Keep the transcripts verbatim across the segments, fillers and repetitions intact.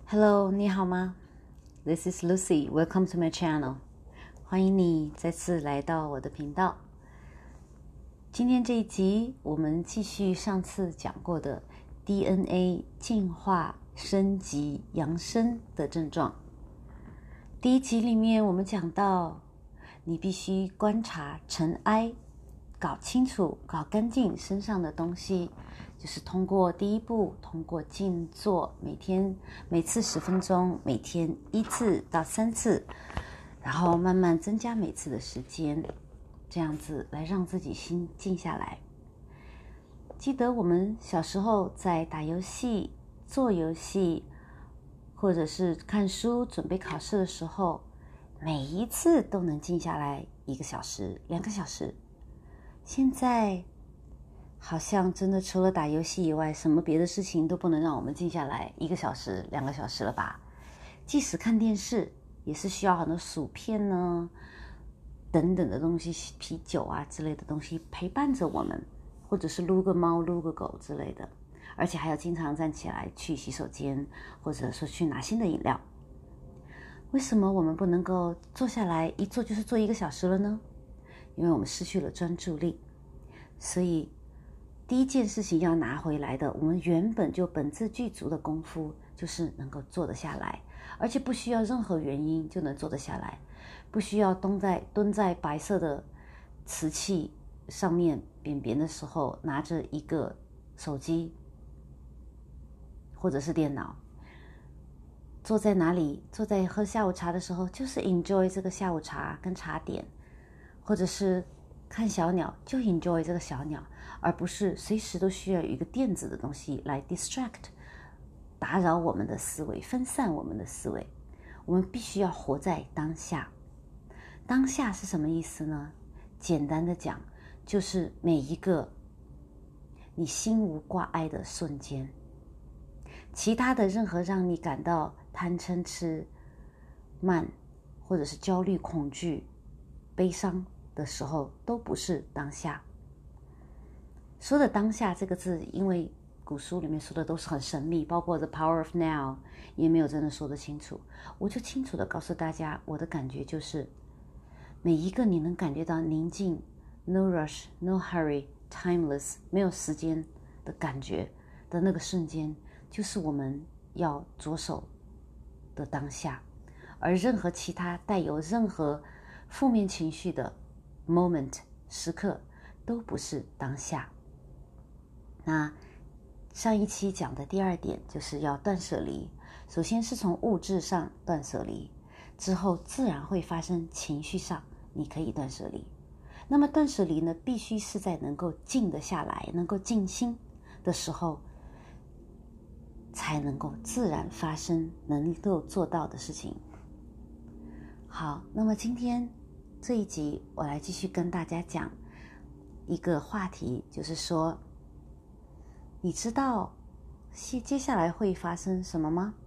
Hello， 你好吗？ This is Lucy. Welcome to my channel. 欢迎你再次来到我的频道。今天这一集，我们继续上次讲过的 D N A 进化、升级、扬升的症状。第一集里面，我们讲到，你必须观察尘埃，搞清楚、搞干净身上的东西。就是通过第一步，通过静坐，每天每次十分钟，每天一次到三次，然后慢慢增加每次的时间，这样子来让自己心静下来。记得我们小时候在打游戏、做游戏，或者是看书、准备考试的时候，每一次都能静下来一个小时、两个小时。现在好像真的除了打游戏以外，什么别的事情都不能让我们静下来一个小时、两个小时了吧？即使看电视，也是需要很多薯片呢，等等的东西，啤酒啊之类的东西陪伴着我们，或者是撸个猫、撸个狗之类的，而且还要经常站起来去洗手间，或者说去拿新的饮料。为什么我们不能够坐下来一坐就是坐一个小时了呢？因为我们失去了专注力。所以第一件事情要拿回来的，我们原本就本自具足的功夫，就是能够坐得下来，而且不需要任何原因就能坐得下来，不需要蹲在蹲在白色的瓷器上面便便的时候拿着一个手机或者是电脑，坐在哪里，坐在喝下午茶的时候，就是 enjoy 这个下午茶跟茶点，或者是看小鸟，就 enjoy 这个小鸟，而不是随时都需要有一个电子的东西来 distract， 打扰我们的思维，分散我们的思维。我们必须要活在当下。当下是什么意思呢？简单的讲，就是每一个你心无挂碍的瞬间。其他的任何让你感到贪嗔痴慢，或者是焦虑、恐惧、悲伤的时候，都不是当下。说的当下这个字，因为古书里面说的都是很神秘，包括 The Power of Now 也没有真的说得清楚。我就清楚的告诉大家，我的感觉就是每一个你能感觉到宁静 No rush, no hurry, timeless 没有时间的感觉的那个瞬间，就是我们要着手的当下。而任何其他带有任何负面情绪的 moment 时刻都不是当下。那上一期讲的第二点就是要断舍离，首先是从物质上断舍离，之后自然会发生情绪上你可以断舍离。那么断舍离呢，必须是在能够静得下来，能够静心的时候才能够自然发生，能够做到的事情。好，那么今天这一集我来继续跟大家讲一个话题，就是说你知道接下来会发生什么吗？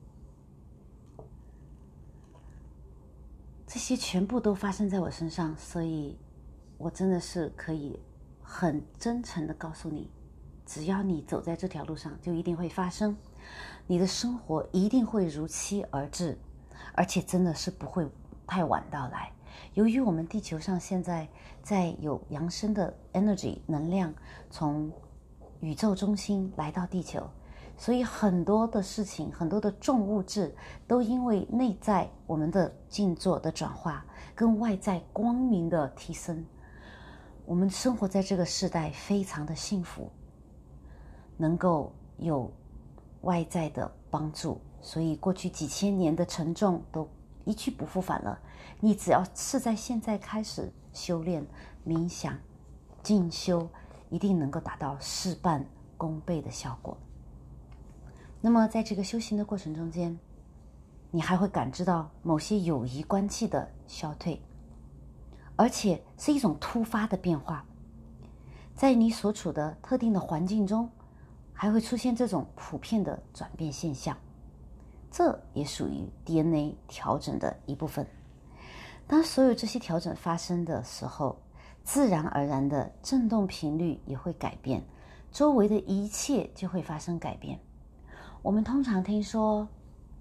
这些全部都发生在我身上，所以我真的是可以很真诚的告诉你，只要你走在这条路上，就一定会发生，你的生活一定会如期而至，而且真的是不会太晚到来。由于我们地球上现在在有扬升的 energy 能量从宇宙中心来到地球，所以很多的事情，很多的重物质都因为内在我们的静坐的转化跟外在光明的提升，我们生活在这个时代非常的幸福，能够有外在的帮助，所以过去几千年的沉重都一去不复返了。你只要是在现在开始修炼、冥想、静修，一定能够达到事半功倍的效果。那么在这个修行的过程中间，你还会感知到某些友谊关系的消退，而且是一种突发的变化。在你所处的特定的环境中，还会出现这种普遍的转变现象，这也属于 D N A 调整的一部分。当所有这些调整发生的时候，自然而然的振动频率也会改变，周围的一切就会发生改变。我们通常听说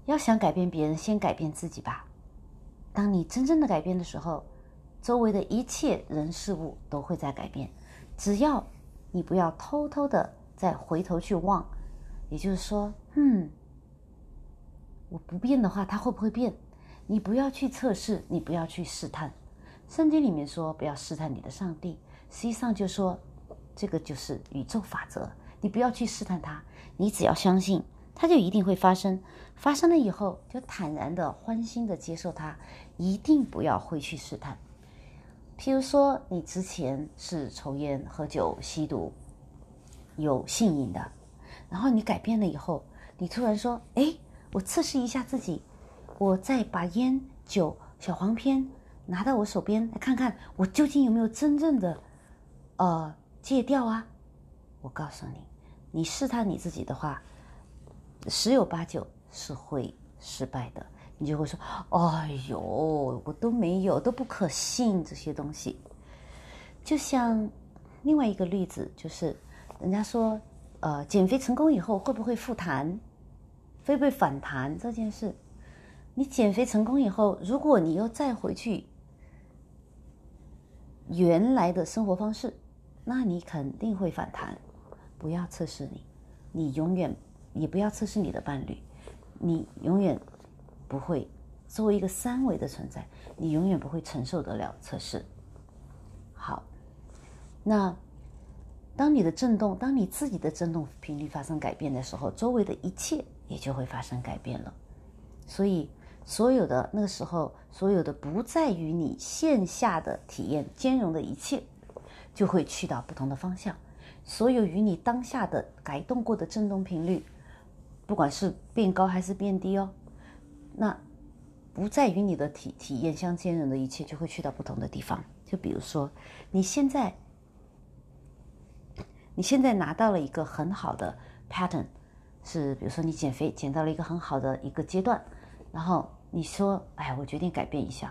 要想改变别人，先改变自己吧。当你真正的改变的时候，周围的一切人事物都会在改变。只要你不要偷偷的再回头去望，也就是说，嗯，我不变的话，它会不会变？你不要去测试，你不要去试探。圣经里面说不要试探你的上帝，实际上就说这个就是宇宙法则，你不要去试探它，你只要相信它就一定会发生，发生了以后就坦然的欢欣的接受它，一定不要会去试探。譬如说你之前是抽烟喝酒吸毒有性瘾的，然后你改变了以后，你突然说，诶，我测试一下自己，我再把烟酒小黄片拿到我手边来看看，我究竟有没有真正的呃戒掉啊。我告诉你，你试探你自己的话，十有八九是会失败的。你就会说，哎呦，我都没有，都不可信这些东西。就像另外一个例子，就是人家说呃，减肥成功以后会不会复弹，会不会反弹这件事，你减肥成功以后，如果你又再回去原来的生活方式，那你肯定会反弹。不要测试你，你永远也不要测试你的伴侣，你永远不会作为一个三维的存在，你永远不会承受得了测试。好，那当你的振动，当你自己的振动频率发生改变的时候，周围的一切也就会发生改变了。所以所有的那个时候，所有的不在于你线下的体验兼容的一切，就会去到不同的方向。所有与你当下的改动过的振动频率，不管是变高还是变低哦，那不在于你的体体验相兼容的一切，就会去到不同的地方。就比如说，你现在，你现在拿到了一个很好的 pattern， 是比如说你减肥减到了一个很好的一个阶段，然后你说，哎，我决定改变一下，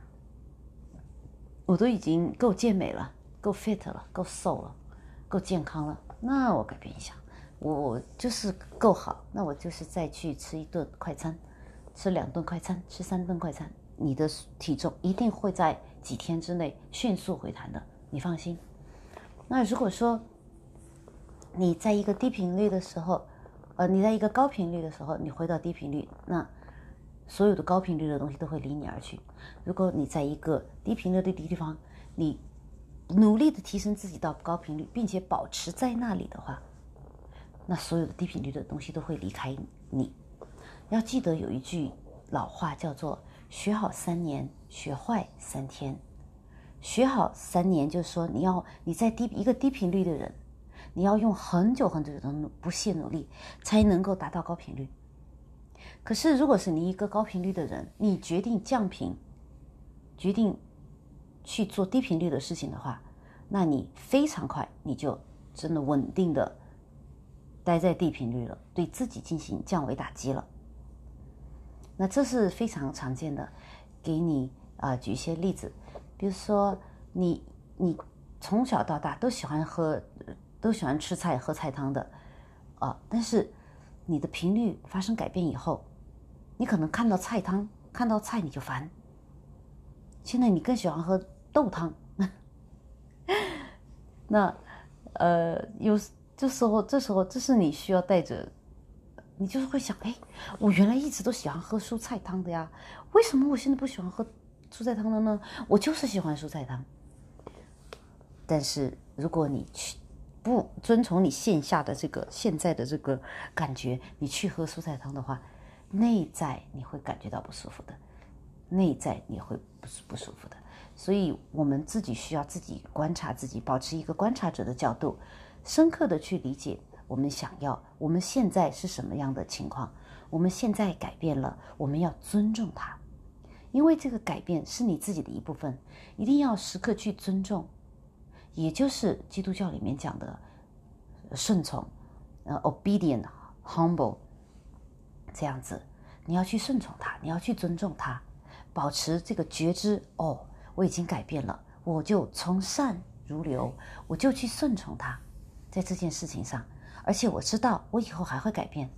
我都已经够健美了，够 fit 了，够瘦了，够健康了，那我改变一下，我我就是够好，那我就是再去吃一顿快餐，吃两顿快餐，吃三顿快餐，你的体重一定会在几天之内迅速回弹的，你放心。那如果说你在一个低频率的时候，呃，你在一个高频率的时候，你回到低频率，那所有的高频率的东西都会离你而去。如果你在一个低频率的地方，你努力的提升自己到高频率，并且保持在那里的话，那所有的低频率的东西都会离开你。要记得有一句老话叫做学好三年，学坏三天。学好三年就是说你要你在低一个低频率的人，你要用很久很久的不懈努力才能够达到高频率。可是如果是你一个高频率的人，你决定降频，决定去做低频率的事情的话，那你非常快你就真的稳定的待在低频率了，对自己进行降维打击了。那这是非常常见的，给你啊、呃、举一些例子，比如说你你从小到大都喜欢喝都喜欢吃菜喝菜汤的啊、呃，但是你的频率发生改变以后，你可能看到菜汤看到菜你就烦，现在你更喜欢喝豆汤那呃有这时候这时候这是你需要带着，你就是会想，哎，我原来一直都喜欢喝蔬菜汤的呀，为什么我现在不喜欢喝蔬菜汤了呢？我就是喜欢蔬菜汤。但是如果你去不遵从你线下的这个现在的这个感觉，你去喝蔬菜汤的话，内在你会感觉到不舒服的，内在你会不不舒服的。所以我们自己需要自己观察自己，保持一个观察者的角度，深刻的去理解我们想要我们现在是什么样的情况，我们现在改变了，我们要尊重它，因为这个改变是你自己的一部分，一定要时刻去尊重，也就是基督教里面讲的顺从，呃 obedient humble 这样子，你要去顺从它，你要去尊重它，保持这个觉知，哦，我已经改变了，我就从善如流，我就去顺从它，在这件事情上，而且我知道我以后还会改变，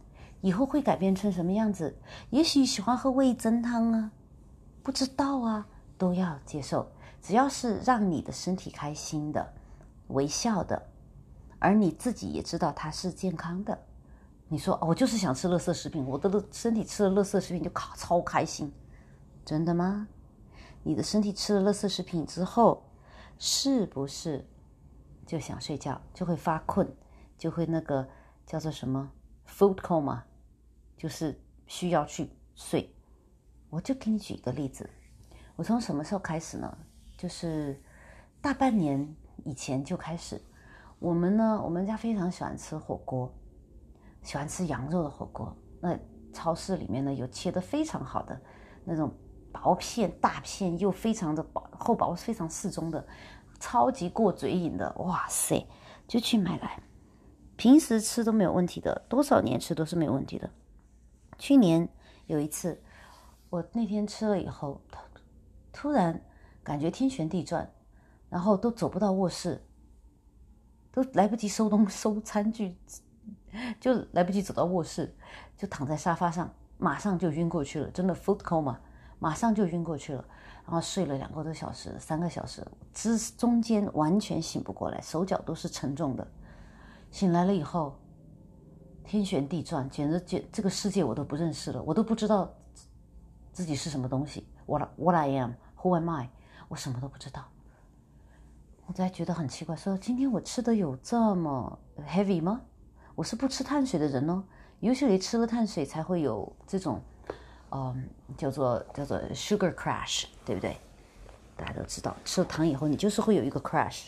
以后会改变成什么样子？也许喜欢喝味噌汤啊，不知道啊，都要接受。只要是让你的身体开心的、微笑的，而你自己也知道它是健康的。你说、哦、我就是想吃垃圾食品，我的身体吃了垃圾食品就超开心，真的吗？你的身体吃了垃圾食品之后，是不是就想睡觉，就会发困，就会那个叫做什么 food coma， 就是需要去睡。我就给你举一个例子，我从什么时候开始呢？就是大半年以前就开始，我们呢，我们家非常喜欢吃火锅，喜欢吃羊肉的火锅。那超市里面呢有切得非常好的那种薄片大片，又非常的薄厚薄，非常适中的，超级过嘴瘾的，哇塞，就去买来。平时吃都没有问题的，多少年吃都是没有问题的。去年有一次，我那天吃了以后，突然感觉天旋地转，然后都走不到卧室，都来不及收东收餐具，就来不及走到卧室，就躺在沙发上，马上就晕过去了，真的 food coma， 马上就晕过去了，然后睡了两个多小时、三个小时，之中间完全醒不过来，手脚都是沉重的。醒来了以后，天旋地转，简直这这个世界我都不认识了，我都不知道自己是什么东西。What What I am, Who am I？ 我什么都不知道。我才觉得很奇怪，说今天我吃的有这么 heavy 吗？我是不吃碳水的人哦，尤其吃了碳水才会有这种，嗯，叫做叫做 sugar crash， 对不对？大家都知道，吃了糖以后你就是会有一个 crash。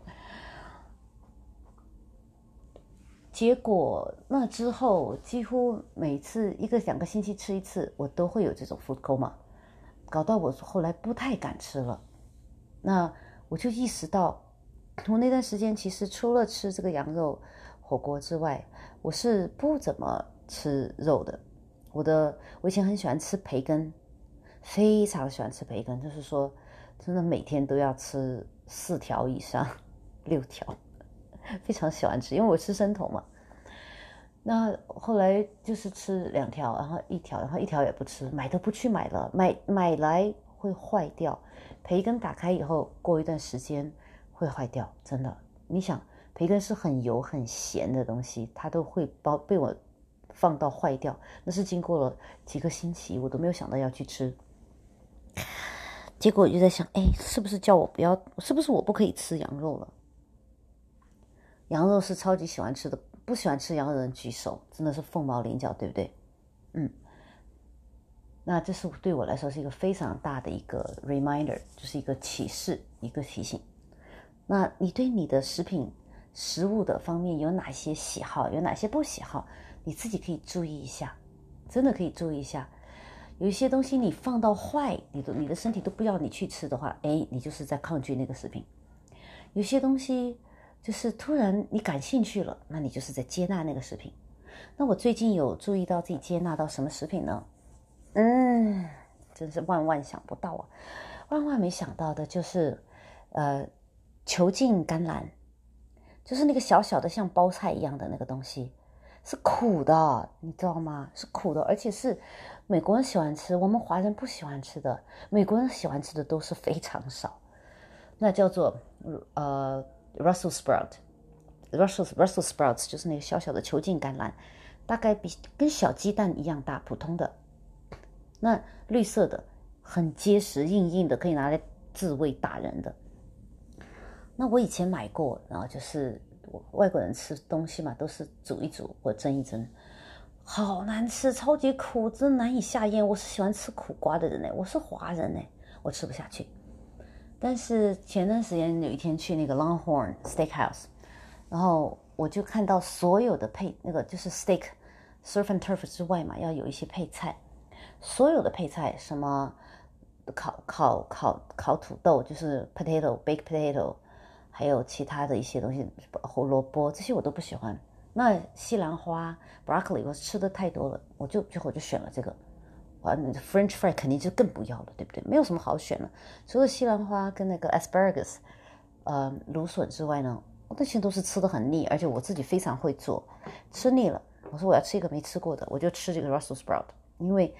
结果那之后，几乎每次一个两个星期吃一次，我都会有这种 food coma， 搞到我后来不太敢吃了。那我就意识到，我那段时间其实除了吃这个羊肉火锅之外，我是不怎么吃肉的。我的我以前很喜欢吃培根，非常喜欢吃培根，就是说真的每天都要吃四条以上，六条。非常喜欢吃，因为我吃生酮嘛。那后来就是吃两条，然后一条，然后一条也不吃，买都不去买了，买买来会坏掉。培根打开以后，过一段时间会坏掉，真的。你想，培根是很油很咸的东西，它都会包被我放到坏掉。那是经过了几个星期，我都没有想到要去吃。结果我就在想，哎，是不是叫我不要？是不是我不可以吃羊肉了？羊肉是超级喜欢吃的，不喜欢吃羊肉的人举手，真的是凤毛麟角，对不对？嗯，那这是对我来说是一个非常大的一个 reminder， 就是一个启示，一个提醒。那你对你的食品、食物的方面有哪些喜好，有哪些不喜好，你自己可以注意一下，真的可以注意一下。有一些东西你放到坏，你的你的身体都不要你去吃的话，哎，你就是在抗拒那个食品。有些东西就是突然你感兴趣了，那你就是在接纳那个食品。那我最近有注意到自己接纳到什么食品呢？嗯，真是万万想不到啊！万万没想到的就是，呃，球茎甘蓝，就是那个小小的像包菜一样的那个东西，是苦的，你知道吗？是苦的，而且是美国人喜欢吃，我们华人不喜欢吃的。美国人喜欢吃的都是非常少，那叫做呃 Russell sprout。Russell Russell sprouts 就是那个小小的球茎甘蓝，大概比跟小鸡蛋一样大，普通的。那绿色的，很结实硬硬的，可以拿来自卫打人的。那我以前买过，然后就是外国人吃东西嘛，都是煮一煮或蒸一蒸，好难吃，超级苦，真难以下咽。我是喜欢吃苦瓜的人呢，我是华人呢，我吃不下去。但是前段时间有一天去那个 Longhorn Steakhouse， 然后我就看到所有的配那个就是 steak surf and turf 之外嘛，要有一些配菜，所有的配菜什么烤烤烤烤土豆，就是 potato baked potato， 还有其他的一些东西，胡萝卜这些我都不喜欢。那西兰花 broccoli 我吃的太多了，我就最后就选了这个。啊 ，French fry 肯定就更不要了，对不对？没有什么好选了，除了西兰花跟那个 asparagus， 呃，芦笋之外呢，我那些都是吃的很腻，而且我自己非常会做，吃腻了， 我说我要吃一个没吃过的，我就吃这个 Brussels sprout， 因为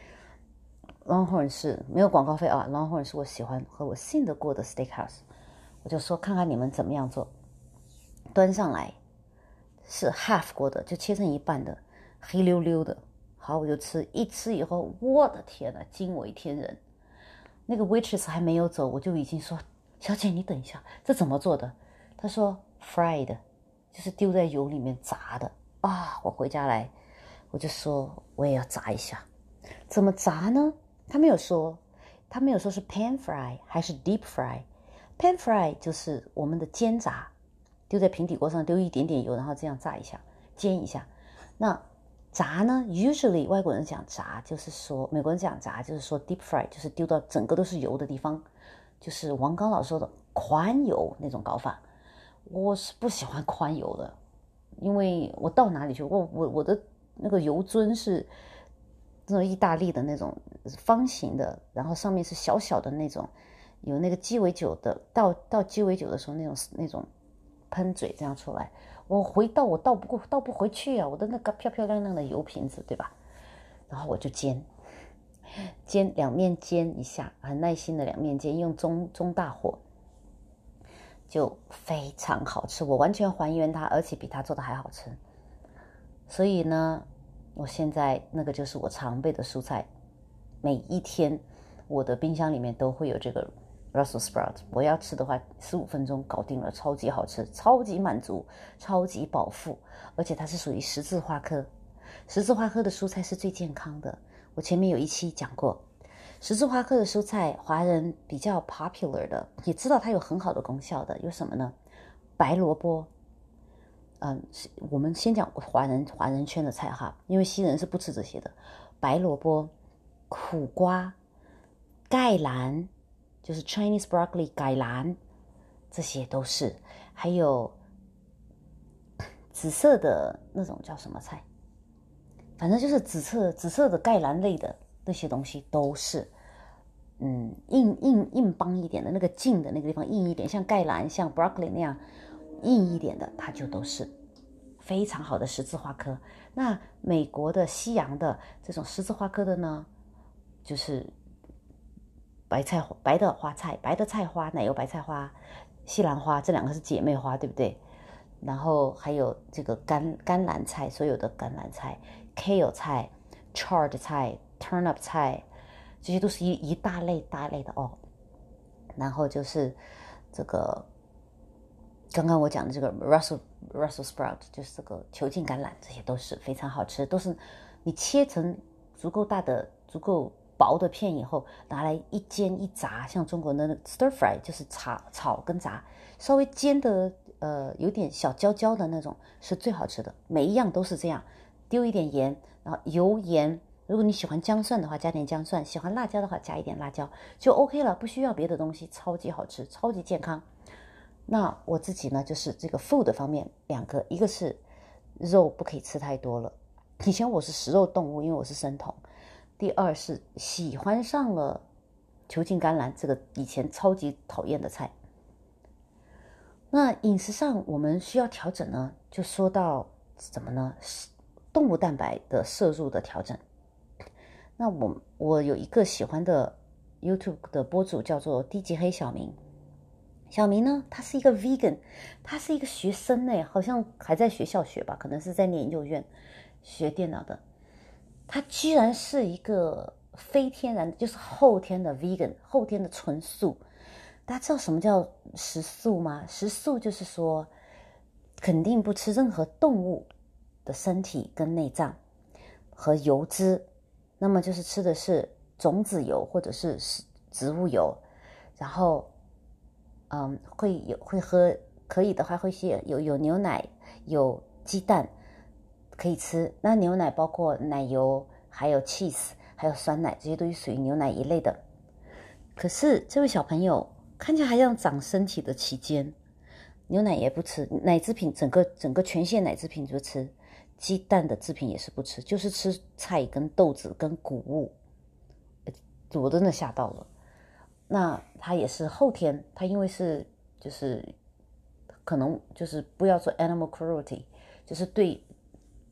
Longhorn 是没有广告费啊 ，Longhorn 是我喜欢和我信得过的 steakhouse， 我就说看看你们怎么样做。端上来是 half 过的，就切成一半的，黑溜溜的。好，我就吃，一吃以后，我的天哪，惊为天人。那个 waitress 还没有走，我就已经说，小姐你等一下，这怎么做的？她说 fried， 就是丢在油里面炸的啊。我回家来，我就说我也要炸一下，怎么炸呢？他没有说，他没有说是 pan fry 还是 deep fry。pan fry 就是我们的煎炸，丢在平底锅上，丢一点点油，然后这样炸一下，煎一下。那炸呢 usually 外国人讲炸就是说，美国人讲炸就是说 deep fry， 就是丢到整个都是油的地方，就是王刚老说的宽油那种搞法。我是不喜欢宽油的，因为我到哪里去，我我我的那个油樽是那种意大利的那种方形的，然后上面是小小的那种，有那个鸡尾酒的，倒倒鸡尾酒的时候那种那种喷嘴这样出来，我回倒我倒不过倒不回去啊，我的那个漂漂亮亮的油瓶子，对吧？然后我就煎，煎两面煎一下，很耐心的两面煎，用中中大火，就非常好吃，我完全还原它，而且比它做的还好吃。所以呢，我现在那个就是我常备的蔬菜，每一天我的冰箱里面都会有这个Brussels sprout， 我要吃的话十五分钟搞定了，超级好吃，超级满足，超级饱腹，而且它是属于十字花科。十字花科的蔬菜是最健康的，我前面有一期讲过，十字花科的蔬菜华人比较 popular 的，也知道它有很好的功效的，有什么呢？白萝卜，嗯，我们先讲华人华人圈的菜哈，因为西人是不吃这些的。白萝卜、苦瓜、芥蓝，就是 Chinese broccoli 芥蓝，这些都是。还有紫色的那种叫什么菜？反正就是紫色紫色的芥蓝类的那些东西都是，嗯，硬硬硬邦一点的，那个茎的那个地方硬一点，像芥蓝、像 broccoli 那样硬一点的，它就都是非常好的十字花科。那美国的西洋的这种十字花科的呢，就是白菜白的花菜，白的菜花，奶油白菜花、西兰花，这两个是姐妹花，对不对？然后还有这个甘甘蓝菜，所有的甘蓝菜、kale 菜、chard 菜、turnip 菜，这些都是一一大类大类的哦。然后就是这个刚刚我讲的这个 Brussels Brussels sprout， 就是这个球茎橄榄，这些都是非常好吃，都是你切成足够大的、足够薄的片以后，拿来一煎一炸，像中国的那个 stir fry， 就是炒炒跟炸，稍微煎的呃有点小焦焦的那种是最好吃的，每一样都是这样，丢一点盐，然后油盐，如果你喜欢姜蒜的话加点姜蒜，喜欢辣椒的话加一点辣椒就 OK 了，不需要别的东西，超级好吃，超级健康。那我自己呢，就是这个 food 方面两个，一个是肉不可以吃太多了，以前我是食肉动物，因为我是生酮。第二是喜欢上了球茎甘蓝，这个以前超级讨厌的菜。那饮食上我们需要调整呢，就说到怎么呢？动物蛋白的摄入的调整。那我我有一个喜欢的 YouTube 的播主叫做低级黑小明。小明呢，他是一个 vegan， 他是一个学生呢，好像还在学校学吧，可能是在念研究院学电脑的。他居然是一个非天然的，就是后天的 vegan， 后天的纯素。大家知道什么叫食素吗？食素就是说肯定不吃任何动物的身体跟内脏和油脂，那么就是吃的是种子油或者是植物油，然后嗯会有会喝，可以的话会些有有牛奶有鸡蛋可以吃，那牛奶包括奶油还有 cheese 还有酸奶，这些都是属于牛奶一类的。可是这位小朋友看起来还像长身体的期间，牛奶也不吃，奶制品整个整个全线奶制品就吃，鸡蛋的制品也是不吃，就是吃菜跟豆子跟谷物，我真的吓到了。那他也是后天，他因为是就是可能就是不要做 animal cruelty， 就是对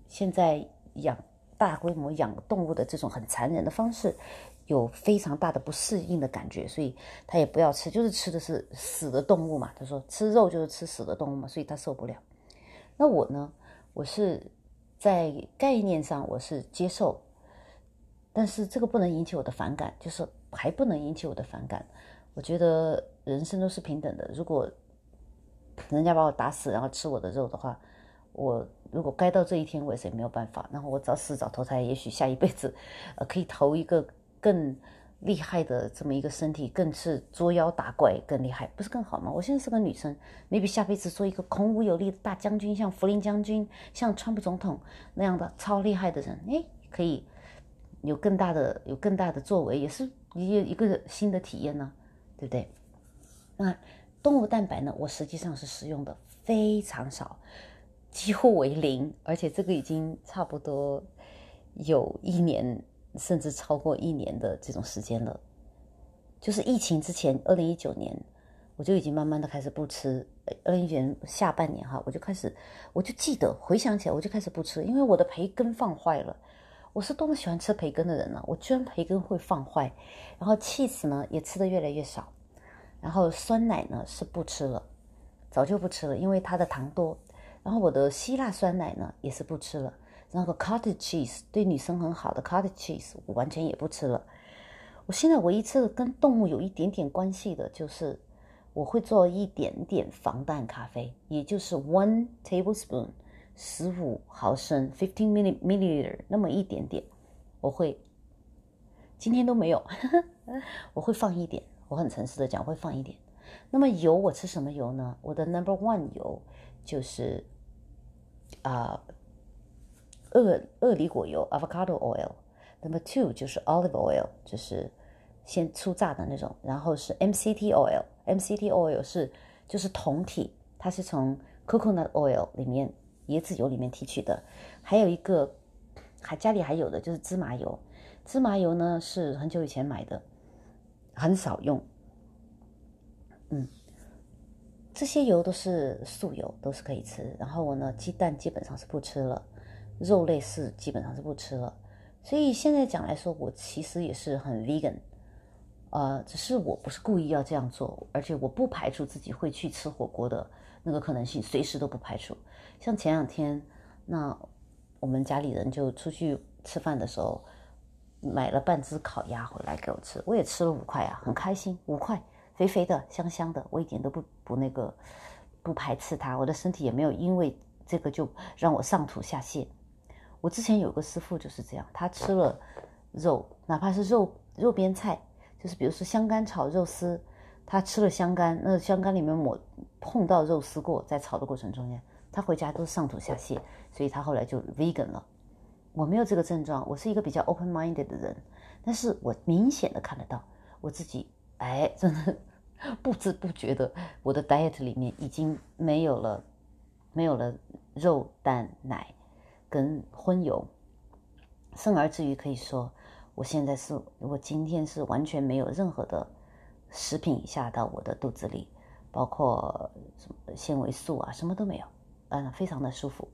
现在养大规模养动物的这种很残忍的方式，有非常大的不适应的感觉，所以他也不要吃，就是吃的是死的动物嘛。他说吃肉就是吃死的动物嘛，所以他受不了。那我呢，我是在概念上我是接受，但是这个不能引起我的反感，就是还不能引起我的反感。我觉得人生都是平等的，如果人家把我打死然后吃我的肉的话，我如果该到这一天我也是没有办法，然后我早死早投胎，也许下一辈子呃可以投一个更厉害的这么一个身体，更是捉妖打怪更厉害，不是更好吗？我现在是个女生 maybe 下辈子做一个孔武有力的大将军，像福林将军，像川普总统那样的超厉害的人，诶，可以有更大的有更大的作为，也是一一个新的体验呢，对不对？那动物蛋白呢，我实际上是使用的非常少，几乎为零，而且这个已经差不多有一年甚至超过一年的这种时间了。就是疫情之前二零一九年我就已经慢慢的开始不吃，二零一九年下半年哈，我就开始我就记得回想起来我就开始不吃，因为我的培根放坏了。我是多么喜欢吃培根的人呢、啊，我居然培根会放坏，然后 cheese 呢也吃的越来越少，然后酸奶呢是不吃了，早就不吃了，因为它的糖多。然后我的希腊酸奶呢也是不吃了，然后 cottage cheese 对女生很好的 cottage cheese 我完全也不吃了。我现在唯一吃的跟动物有一点点关系的就是我会做一点点防弹咖啡，也就是 one tablespoon 十五毫升 fifteen milliliter 那么一点点，我会今天都没有我会放一点，我很诚实的讲会放一点。那么油我吃什么油呢？我的 number one 油就是啊、呃、鳄鳄梨果油 avocado oil， number two 就是 olive oil， 就是先初榨的那种，然后是 M C T oil， M C T oil 是就是酮体，它是从 coconut oil 里面椰子油里面提取的。还有一个还家里还有的就是芝麻油，芝麻油呢是很久以前买的，很少用。嗯，这些油都是素油，都是可以吃。然后我呢，鸡蛋基本上是不吃了，肉类是基本上是不吃了。所以现在讲来说，我其实也是很 vegan， 呃，只是我不是故意要这样做，而且我不排除自己会去吃火锅的那个可能性，随时都不排除。像前两天，那我们家里人就出去吃饭的时候，买了半只烤鸭回来给我吃，我也吃了五块啊，很开心，五块。肥肥的香香的，我一点都不不那个不排斥它，我的身体也没有因为这个就让我上吐下泻。我之前有个师傅就是这样，他吃了肉，哪怕是肉肉边菜，就是比如说香干炒肉丝，他吃了香干，那香干里面抹碰到肉丝过，在炒的过程中间，他回家都上吐下泻，所以他后来就 vegan 了。我没有这个症状，我是一个比较 open minded 的人，但是我明显的看得到我自己，哎，真的不知不觉的，我的 diet 里面已经没有了，没有了肉、蛋、奶跟荤油，甚而至于可以说，我现在是我今天是完全没有任何的食品下到我的肚子里，包括什么纤维素啊，什么都没有，嗯，非常的舒服。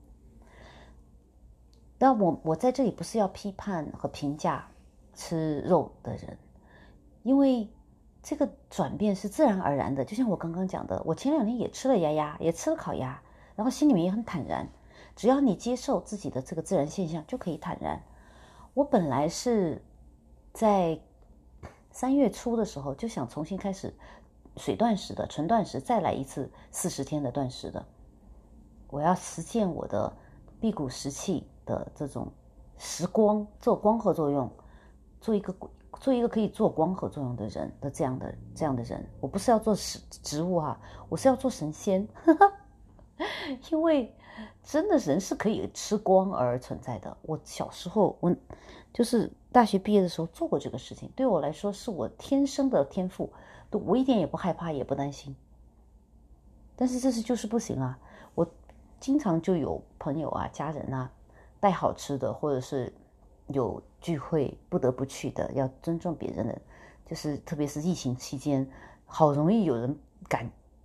但我我在这里不是要批判和评价吃肉的人，因为这个转变是自然而然的，就像我刚刚讲的，我前两天也吃了鸭鸭，也吃了烤鸭，然后心里面也很坦然。只要你接受自己的这个自然现象，就可以坦然。我本来是在三月初的时候就想重新开始水断食的，纯断食，再来一次四十天的断食的。我要实践我的辟谷食气的这种食光，做光合作用，做一个。做一个可以做光合作用的人的这样的这样的人，我不是要做植物啊，我是要做神仙，因为真的人是可以吃光而存在的。我小时候，我就是大学毕业的时候做过这个事情，对我来说是我天生的天赋，我一点也不害怕，也不担心。但是这是就是不行啊！我经常就有朋友啊、家人啊带好吃的，或者是有聚会不得不去的，要尊重别人的，就是特别是疫情期间，好容易有人敢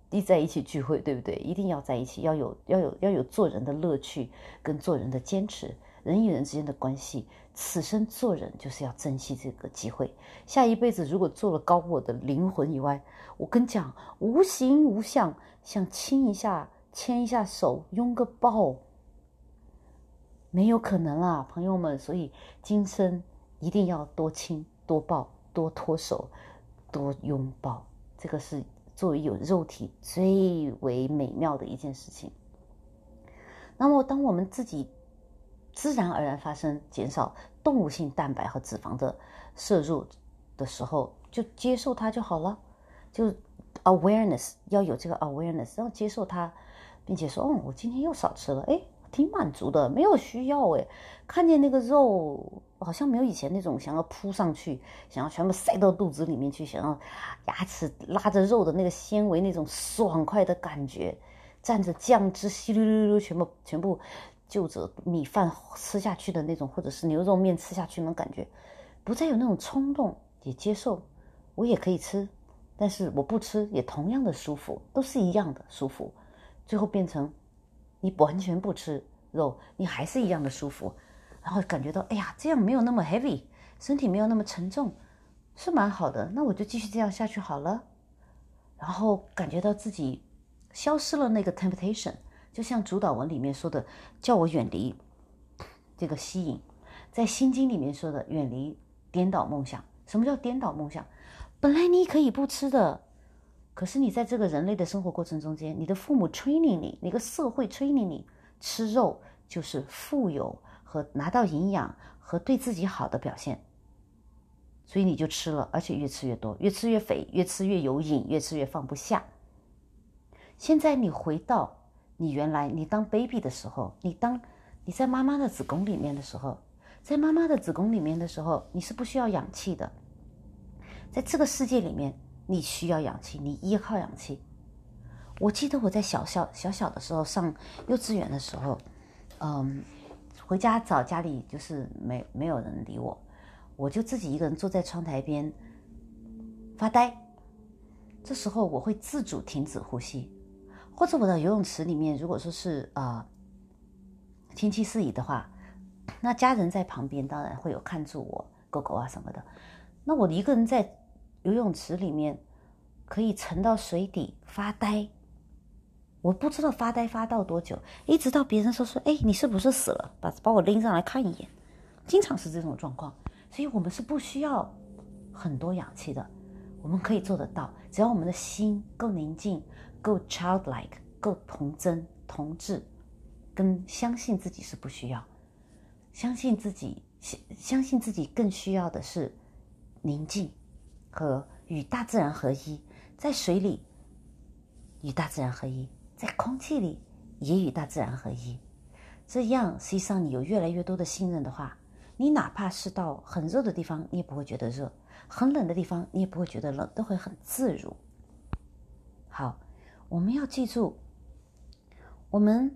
一在一起聚会，对不对？一定要在一起，要有要有要有做人的乐趣跟做人的坚持，人与人之间的关系。此生做人就是要珍惜这个机会。下一辈子如果做了高我的灵魂以外，我跟你讲，无形无相，想亲一下、牵一下手、拥个抱，没有可能啦，朋友们。所以今生一定要多亲、多抱、多托手、多拥抱，这个是作为有肉体最为美妙的一件事情。那么当我们自己自然而然发生减少动物性蛋白和脂肪的摄入的时候，就接受它就好了。就 awareness 要有这个 awareness， 要接受它，并且说，哦，我今天又少吃了，哎，挺满足的，没有需要哎。看见那个肉，好像没有以前那种想要扑上去，想要全部塞到肚子里面去，想要牙齿拉着肉的那个纤维那种爽快的感觉，蘸着酱汁稀溜溜溜全部全部就着米饭吃下去的那种，或者是牛肉面吃下去那种感觉，不再有那种冲动，也接受我也可以吃，但是我不吃也同样的舒服，都是一样的舒服。最后变成你完全不吃肉，你还是一样的舒服，然后感觉到哎呀，这样没有那么 heavy， 身体没有那么沉重，是蛮好的，那我就继续这样下去好了。然后感觉到自己消失了那个 temptation， 就像主导文里面说的，叫我远离这个吸引，在心经里面说的远离颠倒梦想。什么叫颠倒梦想？本来你可以不吃的，可是你在这个人类的生活过程中间，你的父母 training 你，你的社会 training 你，吃肉就是富有和拿到营养和对自己好的表现，所以你就吃了，而且越吃越多，越吃越肥，越吃越有瘾，越吃越放不下。现在你回到你原来你当 baby 的时候，你当你在妈妈的子宫里面的时候，在妈妈的子宫里面的时候，你是不需要氧气的。在这个世界里面，你需要氧气，你依靠氧气。我记得我在小小小小的时候，上幼稚园的时候，嗯，回家找家里就是没没有人理我，我就自己一个人坐在窗台边发呆。这时候我会自主停止呼吸，或者我的游泳池里面，如果说是啊、呃、天气适宜的话，那家人在旁边当然会有看住我，狗狗啊什么的。那我一个人在游泳池里面可以沉到水底发呆，我不知道发呆发到多久，一直到别人说说，哎，你是不是死了？把把我拎上来看一眼，经常是这种状况。所以我们是不需要很多氧气的，我们可以做得到，只要我们的心够宁静，够 childlike， 够童真童稚，跟相信自己是不需要，相信自己相信自己更需要的是宁静和与大自然合一，在水里与大自然合一，在空气里也与大自然合一。这样实际上你有越来越多的信任的话，你哪怕是到很热的地方你也不会觉得热，很冷的地方你也不会觉得冷，都会很自如。好，我们要记住，我们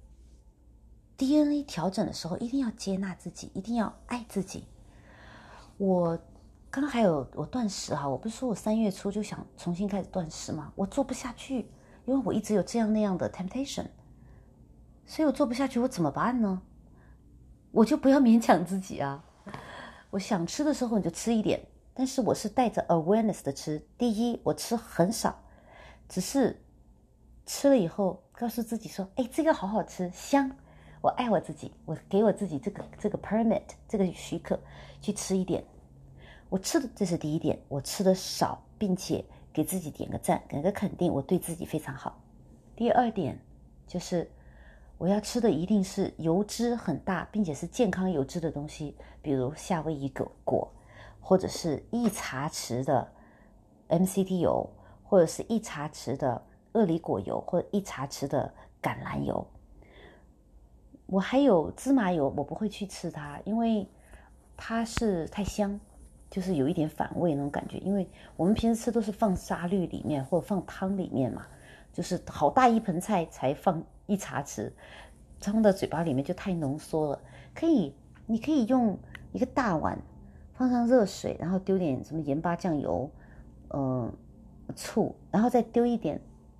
D N A 调整的时候一定要接纳自己，一定要爱自己。我刚刚还有我断食哈，我不是说我三月初就想重新开始断食吗？我做不下去，因为我一直有这样那样的 temptation， 所以我做不下去，我怎么办呢？我就不要勉强自己啊。我想吃的时候你就吃一点，但是我是带着 awareness 的吃。第一，我吃很少，只是吃了以后告诉自己说，哎，这个好好吃，香。我爱我自己，我给我自己这个这个 permit 这个许可去吃一点。我吃的这是第一点，我吃的少，并且给自己点个赞，给个肯定，我对自己非常好。第二点就是我要吃的一定是油脂很大并且是健康油脂的东西，比如夏威夷果果，或者是一茶匙的 M C T 油，或者是一茶匙的鳄梨果油，或者一茶匙的橄榄油。我还有芝麻油，我不会去吃它，因为它是太香，就是有一点反胃那种感觉。因为我们平时吃都是放沙律里面或者放汤里面嘛，就是好大一盆菜才放一茶匙，装到嘴巴里面就太浓缩了。可以，你可以用一个大碗放上热水，然后丢点什么盐巴酱油，嗯、呃，醋，然后再丢一点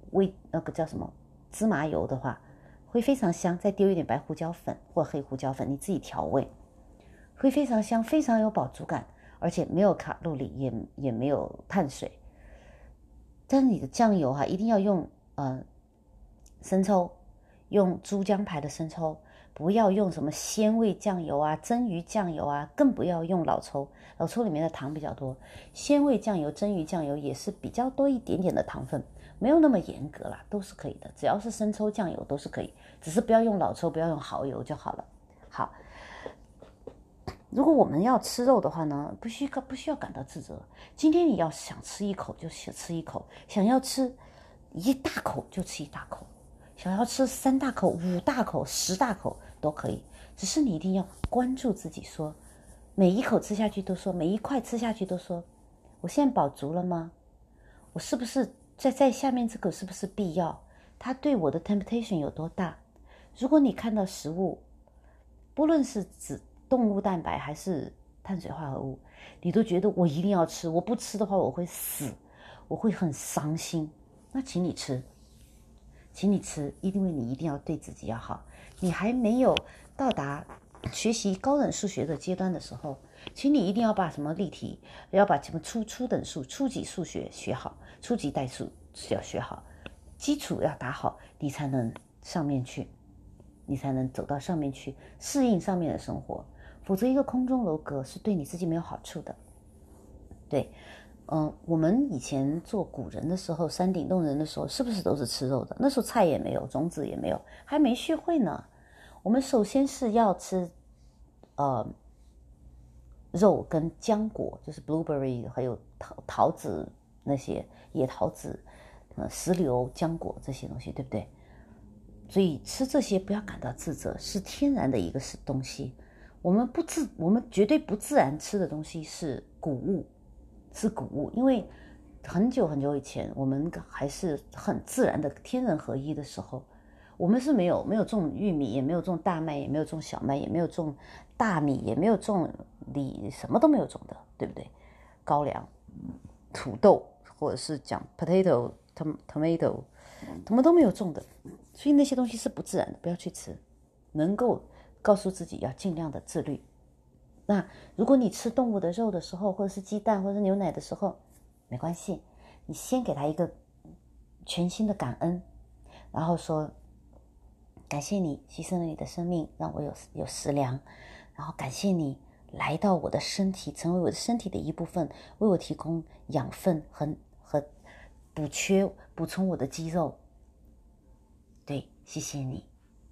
味那个叫什么芝麻油的话，会非常香。再丢一点白胡椒粉或黑胡椒粉，你自己调味，会非常香，非常有饱足感，而且没有卡路里，也也没有碳水。但是你的酱油哈、啊，一定要用呃生抽，用珠江牌的生抽，不要用什么鲜味酱油啊、蒸鱼酱油啊，更不要用老抽。老抽里面的糖比较多，鲜味酱油、蒸鱼酱油也是比较多一点点的糖分，没有那么严格啦，都是可以的。只要是生抽酱油都是可以，只是不要用老抽，不要用蚝油就好了。好，如果我们要吃肉的话呢，不需不需要感到自责。今天你要想吃一口就吃一口，想要吃一大口就吃一大口，想要吃三大口、五大口、十大口都可以。只是你一定要关注自己说，每一口吃下去都说，每一块吃下去都说，我现在饱足了吗？我是不是在在下面这个是不是必要？它对我的 temptation 有多大？如果你看到食物，不论是指动物蛋白还是碳水化合物，你都觉得我一定要吃，我不吃的话我会死，我会很伤心，那请你吃，请你吃，因为你一定要对自己要好。你还没有到达学习高等数学的阶段的时候，请你一定要把什么例题，要把什么初初等数、初级数学学好，初级代数要学好，基础要打好，你才能上面去，你才能走到上面去，适应上面的生活。否则一个空中楼阁是对你自己没有好处的。对，嗯、呃，我们以前做古人的时候，山顶洞人的时候，是不是都是吃肉的？那时候菜也没有，种子也没有，还没学会呢。我们首先是要吃，呃，肉跟浆果，就是 blueberry， 还有桃桃子那些野桃子，呃，石榴、浆果这些东西，对不对？所以吃这些不要感到自责，是天然的一个是东西。我们不自，我们绝对不自然吃的东西是谷物，是谷物。因为很久很久以前，我们还是很自然的天人合一的时候，我们是没有没有种玉米，也没有种大麦，也没有种小麦，也没有种大米，也没有种梨，什么都没有种的，对不对？高粱、土豆，或者是讲 potato、tomato， 什么都没有种的，所以那些东西是不自然的，不要去吃。能够告诉自己要尽量的自律。那如果你吃动物的肉的时候，或者是鸡蛋或者是牛奶的时候，没关系，你先给他一个全新的感恩，然后说感谢你牺牲了你的生命，让我有有食粮，然后感谢你来到我的身体，成为我的身体的一部分，为我提供养分和和补缺补充我的肌肉。对，谢谢你。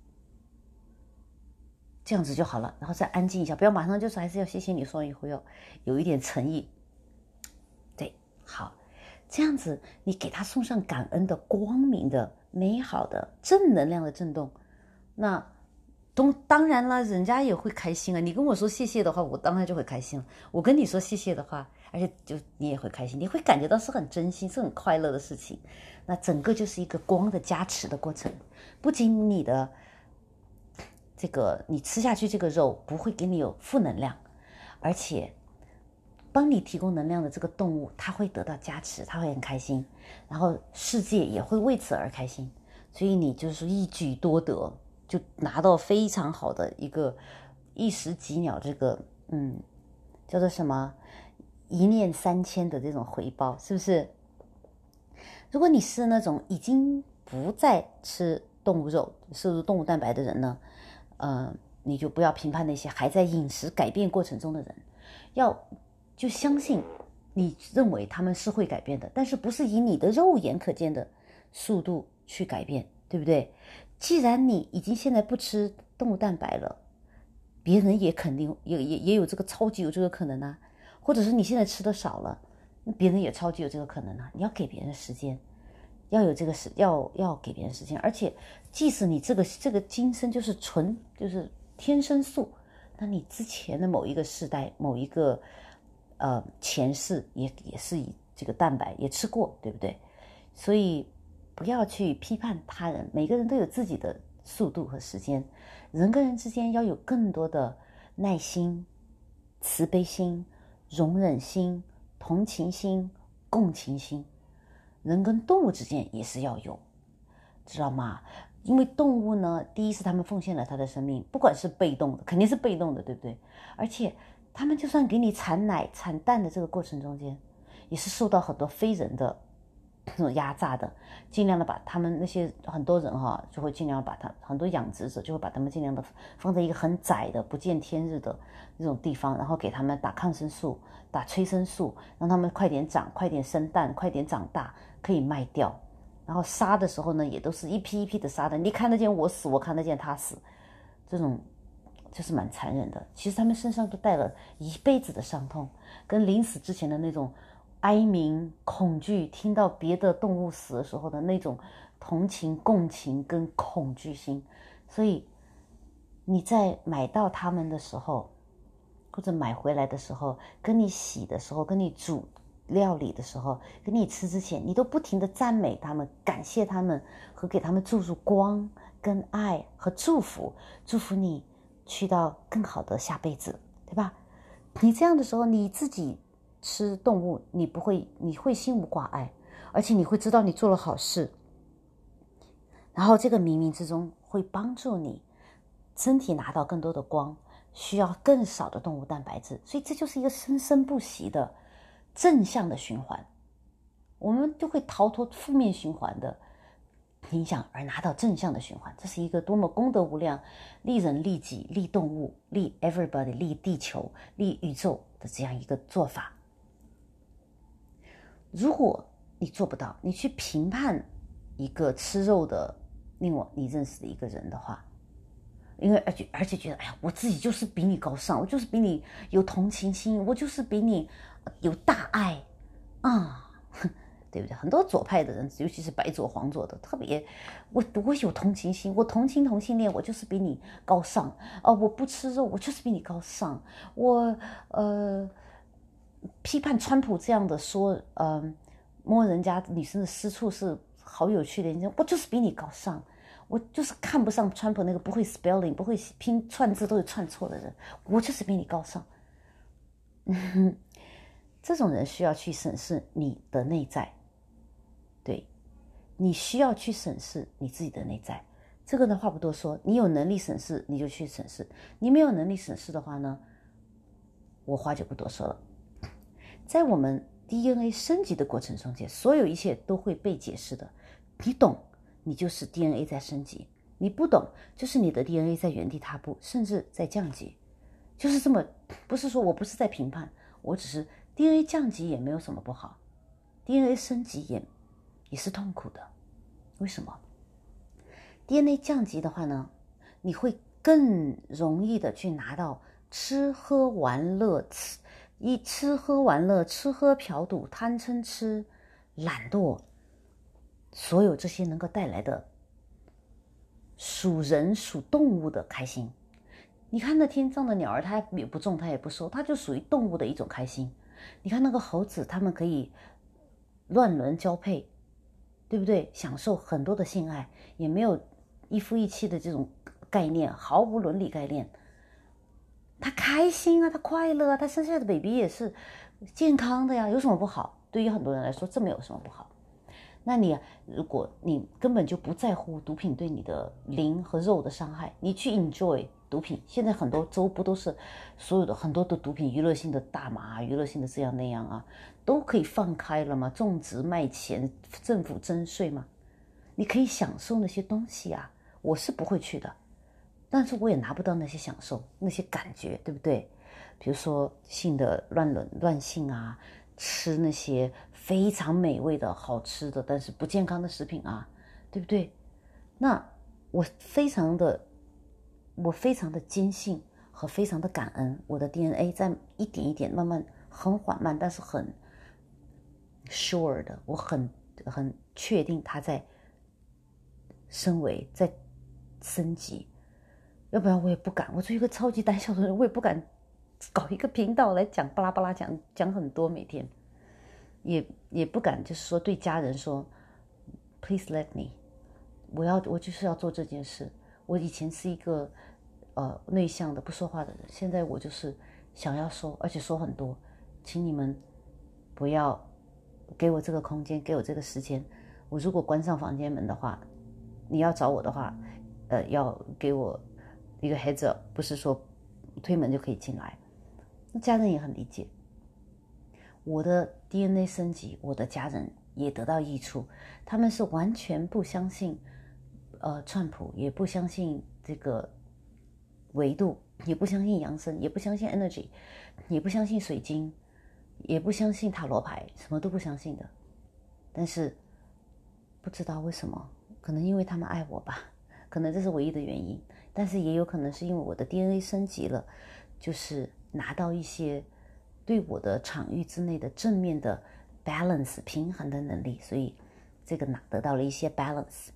这样子就好了，然后再安静一下，不要马上就说还是要谢谢你，说以后要有一点诚意。对，好，这样子你给他送上感恩的、光明的、美好的、正能量的震动，那当当然了，人家也会开心啊。你跟我说谢谢的话，我当然就会开心了。我跟你说谢谢的话，而且就你也会开心，你会感觉到是很真心、是很快乐的事情。那整个就是一个光的加持的过程，不仅你的。这个你吃下去这个肉不会给你有负能量，而且帮你提供能量的这个动物，它会得到加持，它会很开心，然后世界也会为此而开心，所以你就是一举多得，就拿到非常好的一个一石几鸟，这个嗯叫做什么一念三千的这种回报，是不是？如果你是那种已经不再吃动物肉、摄入动物蛋白的人呢？呃，你就不要评判那些还在饮食改变过程中的人，要就相信你认为他们是会改变的，但是不是以你的肉眼可见的速度去改变，对不对？既然你已经现在不吃动物蛋白了，别人也肯定也也也有这个超级有这个可能啊，或者是你现在吃的少了，那别人也超级有这个可能啊，你要给别人时间。要有这个时，要要给别人时间，而且即使你这个这个今生就是纯就是天生素，那你之前的某一个世代、某一个呃前世也也是以这个蛋白也吃过，对不对？所以不要去批判他人，每个人都有自己的速度和时间，人跟人之间要有更多的耐心、慈悲心、容忍心、同情心、共情心。人跟动物之间也是要有， 知道吗？因为动物呢，第一是他们奉献了他的生命，不管是被动的，肯定是被动的，对不对？而且他们就算给你产奶、产蛋的这个过程中间，也是受到很多非人的这种压榨的，尽量的把他们那些很多人哈，就会尽量把他很多养殖者就会把他们尽量的放在一个很窄的、不见天日的那种地方，然后给他们打抗生素、打催生素，让他们快点长、快点生蛋、快点长大，可以卖掉。然后杀的时候呢，也都是一批一批的杀的，你看得见我死，我看得见他死，这种就是蛮残忍的。其实他们身上都带了一辈子的伤痛，跟临死之前的那种哀鸣、恐惧，听到别的动物死的时候的那种同情、共情跟恐惧心。所以你在买到他们的时候，或者买回来的时候，跟你洗的时候，跟你煮料理的时候，跟你吃之前，你都不停的赞美他们，感谢他们，和给他们注入光跟爱和祝福，祝福你去到更好的下辈子，对吧？你这样的时候，你自己吃动物，你不会，你会心无挂碍，而且你会知道你做了好事，然后这个冥冥之中会帮助你身体拿到更多的光，需要更少的动物蛋白质，所以这就是一个生生不息的正向的循环，我们就会逃脱负面循环的影响，而拿到正向的循环。这是一个多么功德无量、利人利己、利动物、利 everybody、利地球、利宇宙的这样一个做法。如果你做不到，你去评判一个吃肉的另外你认识的一个人的话，因为而且而且觉得，哎呀，我自己就是比你高尚，我就是比你有同情心，我就是比你有大爱啊，对不对？很多左派的人，尤其是白左黄左的，特别我我有同情心，我同情同性恋，我就是比你高尚哦、呃，我不吃肉，我就是比你高尚，我呃批判川普这样的说，嗯、呃，摸人家女生的私处是好有趣的，我就是比你高尚。我就是看不上川普那个不会 spelling 不会拼串字都会串错的人，我就是比你高尚。这种人需要去审视你的内在，对，你需要去审视你自己的内在。这个呢话不多说，你有能力审视你就去审视，你没有能力审视的话呢，我话就不多说了。在我们 D N A 升级的过程中间，所有一切都会被解释的，你懂你就是 D N A 在升级，你不懂就是你的 D N A 在原地踏步，甚至在降级，就是这么，不是说我不是在评判，我只是 D N A 降级也没有什么不好， D N A 升级也也是痛苦的。为什么？ D N A 降级的话呢，你会更容易的去拿到吃喝玩乐，吃一吃喝玩乐，吃喝嫖赌，贪嗔痴，懒惰，所有这些能够带来的属人属动物的开心。你看那天上的鸟儿，它也不重它也不瘦，它就属于动物的一种开心。你看那个猴子，它们可以乱伦交配，对不对？享受很多的性爱，也没有一夫一妻的这种概念，毫无伦理概念。他开心啊，他快乐啊，他生下来的 baby 也是健康的呀，有什么不好？对于很多人来说，这没有什么不好。那你如果你根本就不在乎毒品对你的灵和肉的伤害，你去 enjoy 毒品，现在很多州不都是所有的很多的毒品，娱乐性的大麻，娱乐性的这样那样啊，都可以放开了吗？种植卖钱，政府征税吗？你可以享受那些东西啊，我是不会去的，但是我也拿不到那些享受，那些感觉，对不对？比如说性的乱伦乱性啊，吃那些非常美味的好吃的但是不健康的食品啊，对不对？那我非常的我非常的坚信和非常的感恩，我的 D N A 在一点一点慢慢很缓慢但是很 sure 的，我很很确定它在升维，在升级，要不然我也不敢，我作为一个超级胆小的人，我也不敢搞一个频道来讲巴拉巴拉讲讲很多，每天也也不敢就是说对家人说 please let me， 我要我就是要做这件事。我以前是一个呃内向的不说话的人，现在我就是想要说，而且说很多，请你们不要给我这个空间，给我这个时间。我如果关上房间门的话， 你要找我的话，呃，要给我一个 heads up，不是说推门就可以进来。那家人也很理解，我的 D N A 升级，我的家人也得到益处，他们是完全不相信呃川普，也不相信这个维度，也不相信扬升，也不相信 energy， 也不相信水晶，也不相信塔罗牌，什么都不相信的。但是不知道为什么，可能因为他们爱我吧，可能这是唯一的原因。但是也有可能是因为我的 D N A 升级了，就是拿到一些对我的场域之内的正面的 balance 平衡的能力，所以这个拿得到了一些 balance。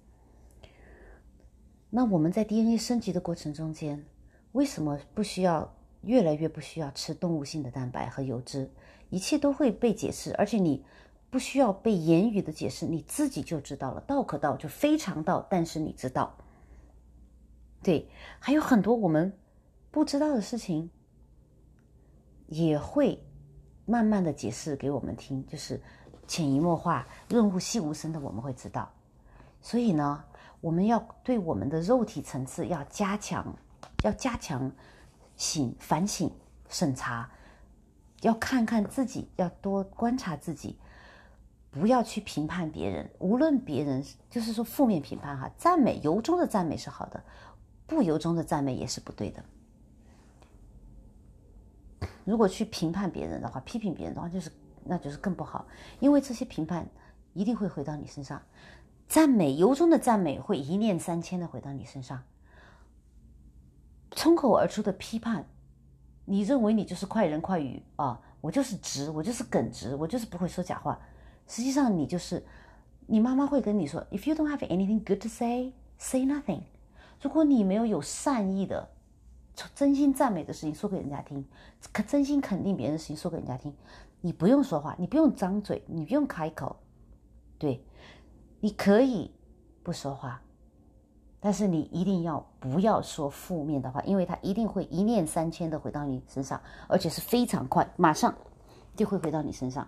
那我们在 D N A 升级的过程中间，为什么不需要越来越不需要吃动物性的蛋白和油脂？一切都会被解释，而且你不需要被言语的解释，你自己就知道了。道可道，就非常道，但是你知道。对，还有很多我们不知道的事情，也会慢慢的解释给我们听，就是潜移默化、润物细无声的，我们会知道。所以呢，我们要对我们的肉体层次要加强，要加强醒、反省、审查，要看看自己，要多观察自己，不要去评判别人。无论别人就是说负面评判哈，赞美由衷的赞美是好的，不由衷的赞美也是不对的。如果去评判别人的话，批评别人的话，就是那就是更不好，因为这些评判一定会回到你身上。赞美由衷的赞美会一念三千的回到你身上，冲口而出的批判，你认为你就是快人快语啊，我就是直，我就是耿直，我就是不会说假话。实际上你就是你妈妈会跟你说 ，If you don't have anything good to say, say nothing。如果你没有有善意的、真心赞美的事情说给人家听，真心肯定别人的事情说给人家听，你不用说话，你不用张嘴，你不用开口，对。你可以不说话，但是你一定要不要说负面的话，因为它一定会一念三千的回到你身上，而且是非常快，马上就会回到你身上。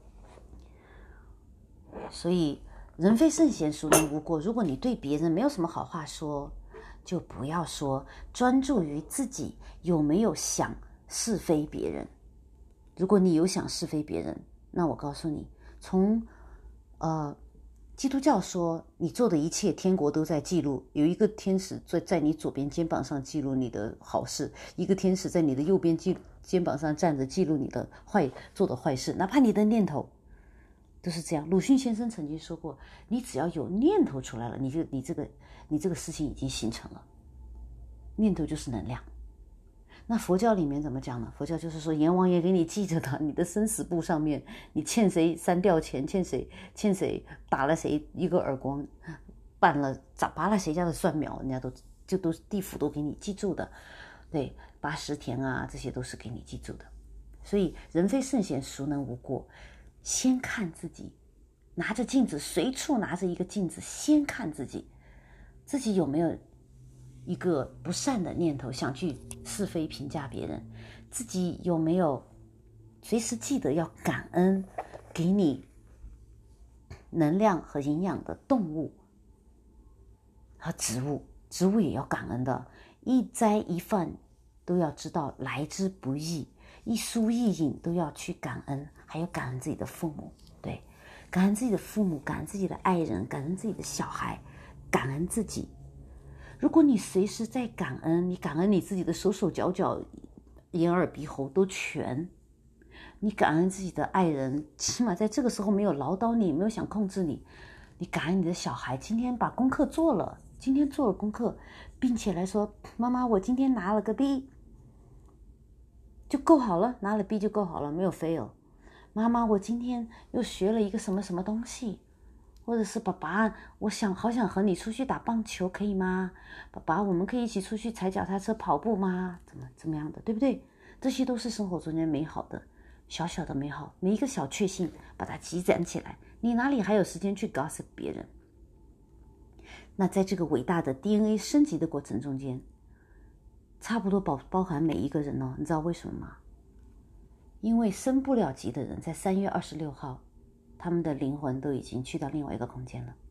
所以人非圣贤，孰能无过？如果你对别人没有什么好话说，就不要说，专注于自己有没有想是非别人。如果你有想是非别人，那我告诉你，从呃。基督教说你做的一切天国都在记录，有一个天使在在你左边肩膀上记录你的好事，一个天使在你的右边肩膀上站着记录你的坏做的坏事，哪怕你的念头都是这样。鲁迅先生曾经说过，你只要有念头出来了，你就你这个你这个事情已经形成了。念头就是能量。那佛教里面怎么讲呢？佛教就是说，阎王爷给你记着的，你的生死簿上面，你欠谁三吊钱，欠谁欠谁打了谁一个耳光，办了咋拔了谁家的蒜苗，人家都就都地府都给你记住的，对，八十田啊，这些都是给你记住的。所以人非圣贤，孰能无过？先看自己，拿着镜子，随处拿着一个镜子，先看自己，自己有没有一个不善的念头，想去是非评价别人，自己有没有随时记得要感恩给你能量和营养的动物和植物，植物也要感恩的，一斋一饭都要知道来之不易，一蔬一饮都要去感恩，还有感恩自己的父母，对，感恩自己的父母，感恩自己的爱人，感恩自己的小孩，感恩自己。如果你随时在感恩，你感恩你自己的手手脚脚、眼耳鼻喉都全，你感恩自己的爱人，起码在这个时候没有唠叨你，没有想控制你，你感恩你的小孩，今天把功课做了，今天做了功课，并且来说，妈妈，我今天拿了个 B， 就够好了，拿了 B 就够好了，没有 fail。妈妈，我今天又学了一个什么什么东西。或者是爸爸，我想好想和你出去打棒球，可以吗？爸爸，我们可以一起出去踩脚踏车、跑步吗？怎么怎么样的，对不对？这些都是生活中间美好的、小小的美好，每一个小确幸，把它积攒起来，你哪里还有时间去 gossip 别人？那在这个伟大的 D N A 升级的过程中间，差不多包包含每一个人哦，你知道为什么吗？因为升不了级的人，在三月二十六号。他们的灵魂都已经去到另外一个空间了，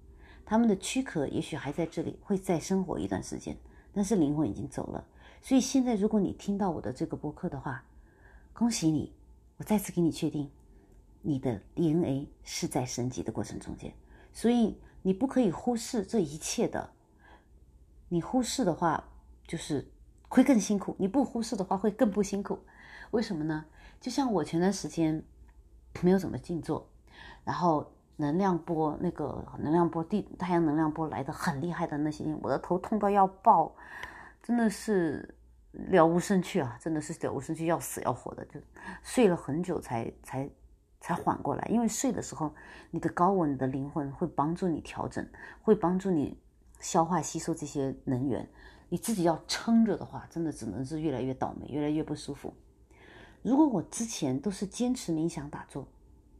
他们的躯壳也许还在这里，会再生活一段时间，但是灵魂已经走了。所以现在如果你听到我的这个播客的话，恭喜你，我再次给你确定，你的 D N A 是在升级的过程中间，所以你不可以忽视这一切的。你忽视的话，就是会更辛苦；你不忽视的话，会更不辛苦。为什么呢？就像我前段时间没有怎么静坐，然后能量波那个能量波地太阳能量波来的很厉害的那些天，我的头痛到要爆，真的是了无生趣啊！真的是了无生趣，要死要活的，就睡了很久才才才缓过来。因为睡的时候，你的高我、你的灵魂会帮助你调整，会帮助你消化吸收这些能源。你自己要撑着的话，真的只能是越来越倒霉，越来越不舒服。如果我之前都是坚持冥想打坐，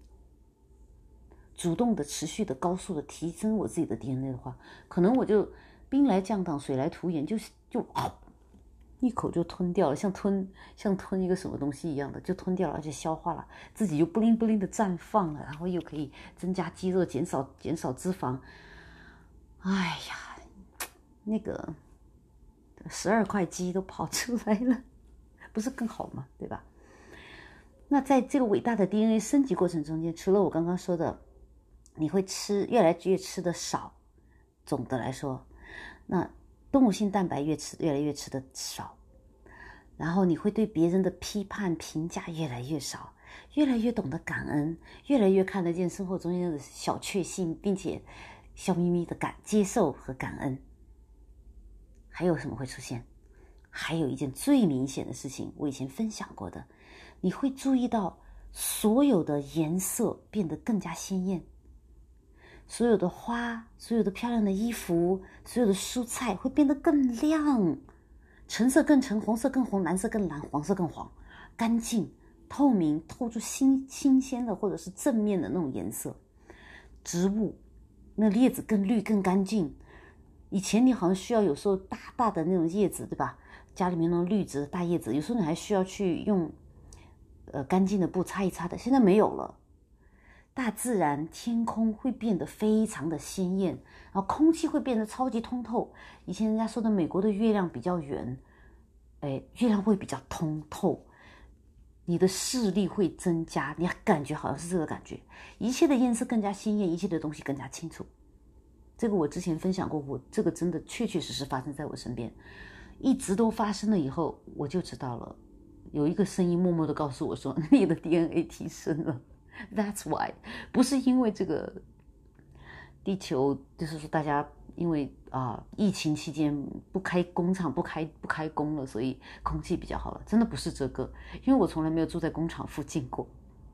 主动的、持续的、高速的提升我自己的 D N A 的话，可能我就兵来将挡，水来土掩，就就、啊、一口就吞掉了，像吞像吞一个什么东西一样的就吞掉了，而且消化了，自己就不灵不灵的绽放了，然后又可以增加肌肉，减少减少脂肪。哎呀，那个十二块肌都跑出来了，不是更好吗？对吧？那在这个伟大的 D N A 升级过程中间，除了我刚刚说的，你会吃越来越吃的少，总的来说，那动物性蛋白越吃越来越吃的少，然后你会对别人的批判评价越来越少，越来越懂得感恩，越来越看得见生活中间的小确幸，并且笑眯眯的感接受和感恩。还有什么会出现？还有一件最明显的事情，我以前分享过的，你会注意到所有的颜色变得更加鲜艳，所有的花，所有的漂亮的衣服，所有的蔬菜会变得更亮，橙色更橙，红色更红，蓝色更蓝，黄色更黄，干净透明，透出新新鲜的或者是正面的那种颜色。植物那叶子更绿更干净，以前你好像需要有时候大大的那种叶子，对吧？家里面那种绿植大叶子，有时候你还需要去用呃干净的布擦一擦的，现在没有了。大自然天空会变得非常的鲜艳，然后空气会变得超级通透。以前人家说的美国的月亮比较圆，哎，月亮会比较通透，你的视力会增加，你感觉好像是这个感觉，一切的颜色更加鲜艳，一切的东西更加清楚。这个我之前分享过，我这个真的确确实实发生在我身边，一直都发生了以后，我就知道了，有一个声音默默的告诉我说，你的 D N A 提升了。That's why， 不是因为这个地球，就是说大家因为啊、呃、疫情期间不开工厂不开不开工了，所以空气比较好了，真的不是这个，因为我从来没有住在工厂附近过。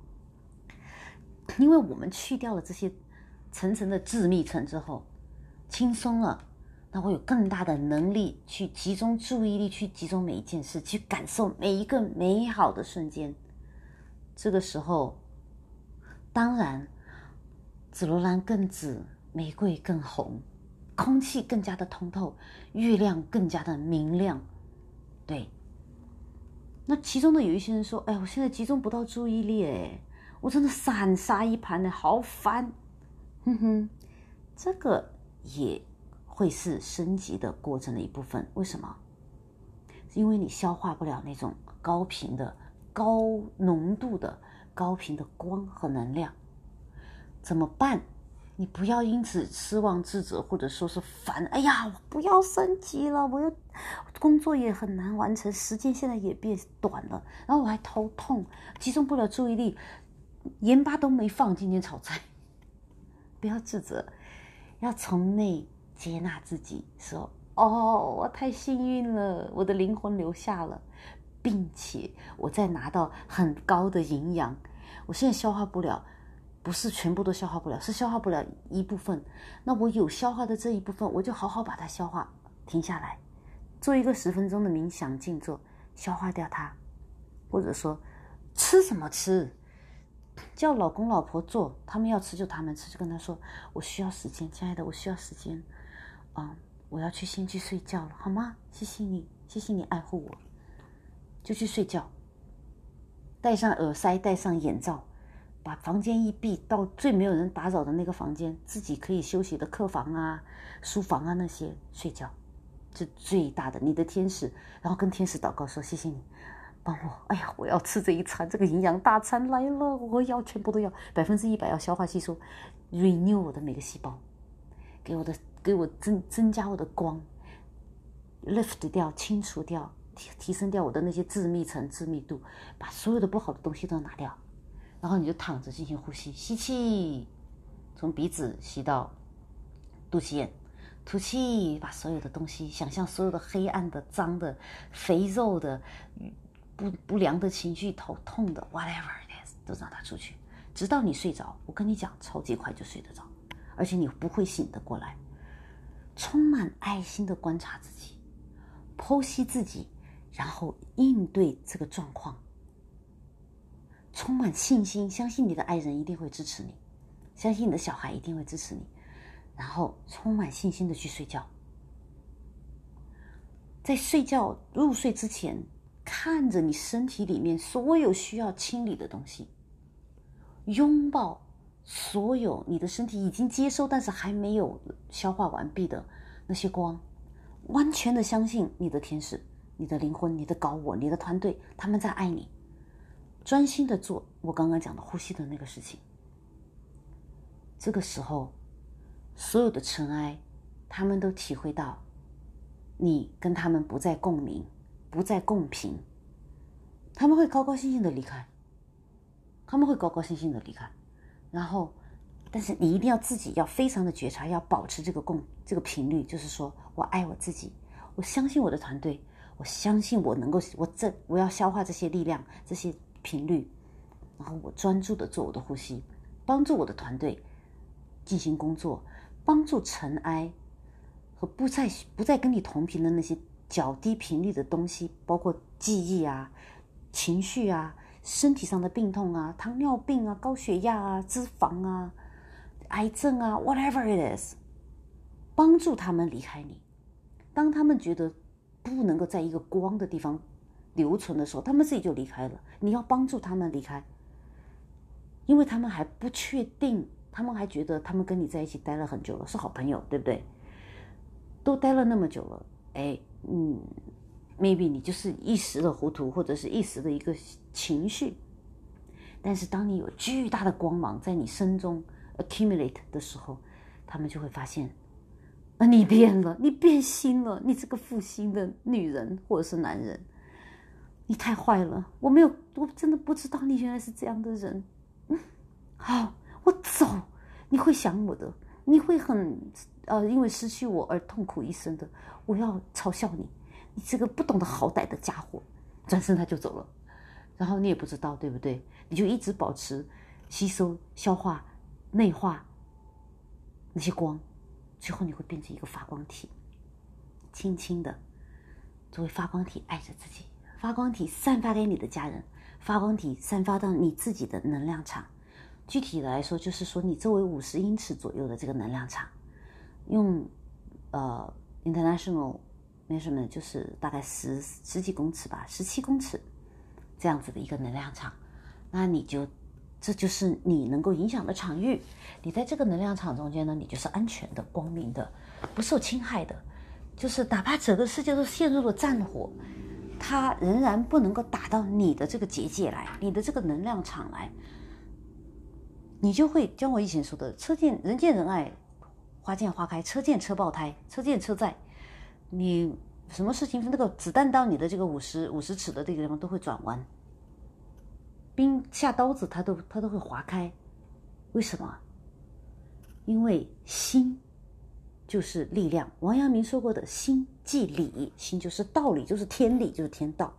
因为我们去掉了这些层层的致密层之后，轻松了，那我有更大的能力去集中注意力，去集中每一件事，去感受每一个美好的瞬间。这个时候当然紫罗兰更紫，玫瑰更红，空气更加的通透，月亮更加的明亮。对，那其中的有一些人说，哎，我现在集中不到注意力，哎，我真的散沙一盘呢，好烦。哼哼，这个也会是升级的过程的一部分。为什么？因为你消化不了那种高频的、高浓度的、高频的光和能量。怎么办？你不要因此失望自责，或者说是烦，哎呀，我不要升级了，我要工作也很难完成，时间现在也变短了，然后我还头痛，集中不了注意力，盐巴都没放，今天炒菜。不要自责，要从内接纳自己，说，哦，我太幸运了，我的灵魂留下了，并且我在拿到很高的营养，我现在消化不了，不是全部都消化不了，是消化不了一部分，那我有消化的这一部分，我就好好把它消化，停下来，做一个十分钟的冥想静坐，消化掉它。或者说吃什么吃，叫老公老婆做，他们要吃就他们吃，就跟他说，我需要时间，亲爱的，我需要时间，嗯，我要去先去睡觉了，好吗？谢谢你，谢谢你爱护我，就去睡觉，戴上耳塞，戴上眼罩， 把房间一闭，到最没有人打扰的那个房间，自己可以休息的客房啊、书房啊那些睡觉，是最大的你的天使。然后跟天使祷告说：谢谢你帮我，哎呀，我要吃这一餐，这个营养大餐来了，我要全部都要，百分之一百要消化吸收 ，renew 我的每个细胞，给我的给我增增加我的光 ，lift 掉清除掉提提升掉我的那些致密层致密度，把所有的不好的东西都拿掉，然后你就躺着进行呼吸，吸气，从鼻子吸到肚脐眼。吐气，把所有的东西，想象所有的黑暗的、脏的、肥肉的、不不良的情绪、头痛的 ，whatever it is， 都让它出去，直到你睡着。我跟你讲，超级快就睡得着，而且你不会醒得过来。充满爱心的观察自己，剖析自己，然后应对这个状况。充满信心，相信你的爱人一定会支持你，相信你的小孩一定会支持你。然后充满信心的去睡觉，在睡觉入睡之前，看着你身体里面所有需要清理的东西，拥抱所有你的身体已经接收但是还没有消化完毕的那些光，完全的相信你的天使、你的灵魂、你的高我、你的团队，他们在爱你，专心的做我刚刚讲的呼吸的那个事情。这个时候所有的尘埃，他们都体会到你跟他们不再共鸣，不再共频，他们会高高兴兴的离开，他们会高高兴兴的离开。然后，但是你一定要自己要非常的觉察，要保持这个共这个频率，就是说我爱我自己，我相信我的团队，我相信我能够，我这我要消化这些力量，这些频率，然后我专注的做我的呼吸，帮助我的团队进行工作。帮助尘埃和不再不再跟你同频的那些较低频率的东西，包括记忆啊、情绪啊、身体上的病痛啊、糖尿病啊、高血压啊、脂肪啊、癌症啊 ，whatever it is， 帮助他们离开你。当他们觉得不能够在一个光的地方留存的时候，他们自己就离开了。你要帮助他们离开，因为他们还不确定。他们还觉得他们跟你在一起待了很久了，是好朋友，对不对？都待了那么久了，哎，嗯 ，maybe 你就是一时的糊涂，或者是一时的一个情绪。但是当你有巨大的光芒在你身中 accumulate 的时候，他们就会发现，啊，你变了，你变心了，你这个负心的女人或者是男人，你太坏了，我没有，我真的不知道你原来是这样的人。嗯，好。我走，你会想我的，你会很呃，因为失去我而痛苦一生的。我要嘲笑你，你这个不懂得好歹的家伙！转身他就走了，然后你也不知道，对不对？你就一直保持吸收、消化、内化那些光，最后你会变成一个发光体，轻轻的作为发光体爱着自己，发光体散发给你的家人，发光体散发到你自己的能量场。具体的来说，就是说你周围五十英尺左右的这个能量场，用呃 international measurement 就是大概十十几公尺吧，十七公尺这样子的一个能量场，那你就这就是你能够影响的场域。你在这个能量场中间呢，你就是安全的、光明的、不受侵害的，就是哪怕整个世界都陷入了战火，它仍然不能够打到你的这个结界来，你的这个能量场来。你就会像我以前说的，车见人见人爱，花见花开，车见车爆胎，车见车载。你什么事情，那个子弹到你的这个五十五十尺的这个地方都会转弯，兵下刀子它都它都会划开。为什么？因为心就是力量。王阳明说过的，心即理，心就是道理，就是天理，就是天道。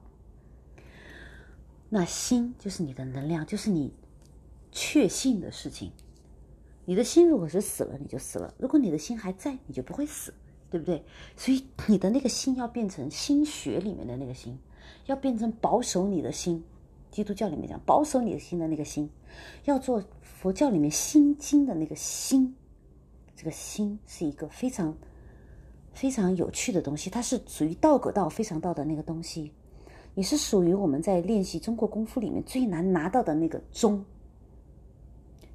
那心就是你的能量，就是你确信的事情。你的心如果是死了，你就死了；如果你的心还在，你就不会死，对不对？所以你的那个心要变成心学里面的那个心，要变成保守你的心。基督教里面讲保守你的心的那个心，要做佛教里面心经的那个心。这个心是一个非常非常有趣的东西，它是属于道可道非常道的那个东西，也是属于我们在练习中国功夫里面最难拿到的那个中。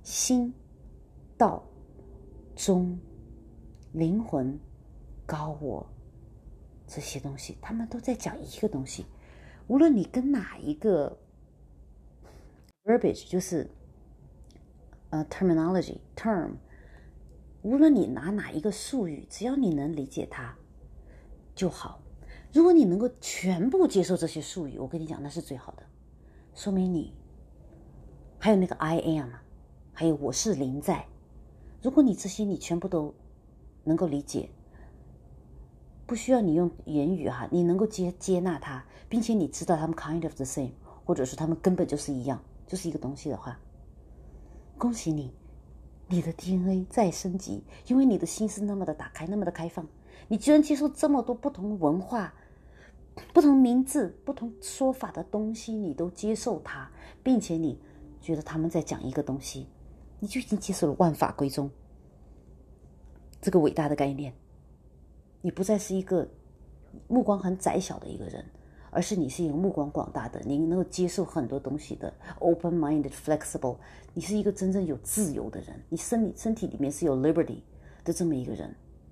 心、道、中、灵魂、高我，这些东西他们都在讲一个东西。无论你跟哪一个 verbiage 就是呃 terminology term， 无论你拿哪一个术语，只要你能理解它就好。如果你能够全部接受这些术语，我跟你讲那是最好的，说明你还有那个 I am， 还有我是灵在。如果你这些你全部都能够理解，不需要你用言语哈，你能够接接纳它，并且你知道他们 kind of the same， 或者是他们根本就是一样，就是一个东西的话，恭喜你，你的 D N A 再升级，因为你的心是那么的打开，那么的开放，你居然接受这么多不同文化、不同名字、不同说法的东西，你都接受它，并且你觉得他们在讲一个东西，你就已经接受了万法归宗这个伟大的概念。你不再是一个目光很窄小的一个人，而是你是一个目光广大的，你能够接受很多东西的 open-minded flexible， 你是一个真正有自由的人，你身体身体里面是有 liberty 的这么一个人。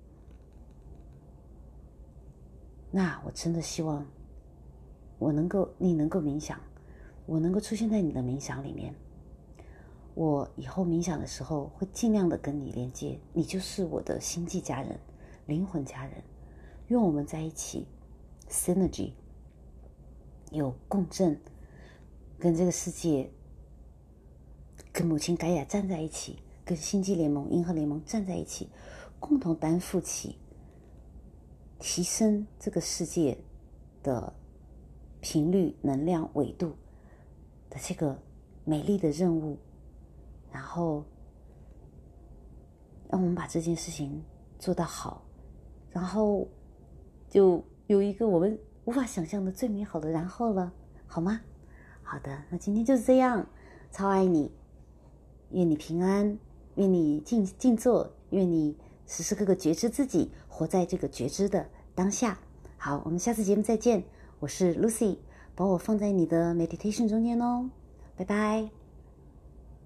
那我真的希望我能够你能够冥想，我能够出现在你的冥想里面，我以后冥想的时候会尽量的跟你连接，你就是我的星际家人，灵魂家人，愿我们在一起 synergy 有共振，跟这个世界，跟母亲盖亚站在一起，跟星际联盟、银河联盟站在一起，共同担负起提升这个世界的频率、能量、纬度的这个美丽的任务，然后让我们把这件事情做得好，然后就有一个我们无法想象的最美好的然后了，好吗？好的，那今天就是这样，超爱你，愿你平安，愿你静静坐，愿你时时刻刻觉知自己，活在这个觉知的当下。好，我们下次节目再见，我是 Lucy， 把我放在你的 meditation 中间哦，拜拜。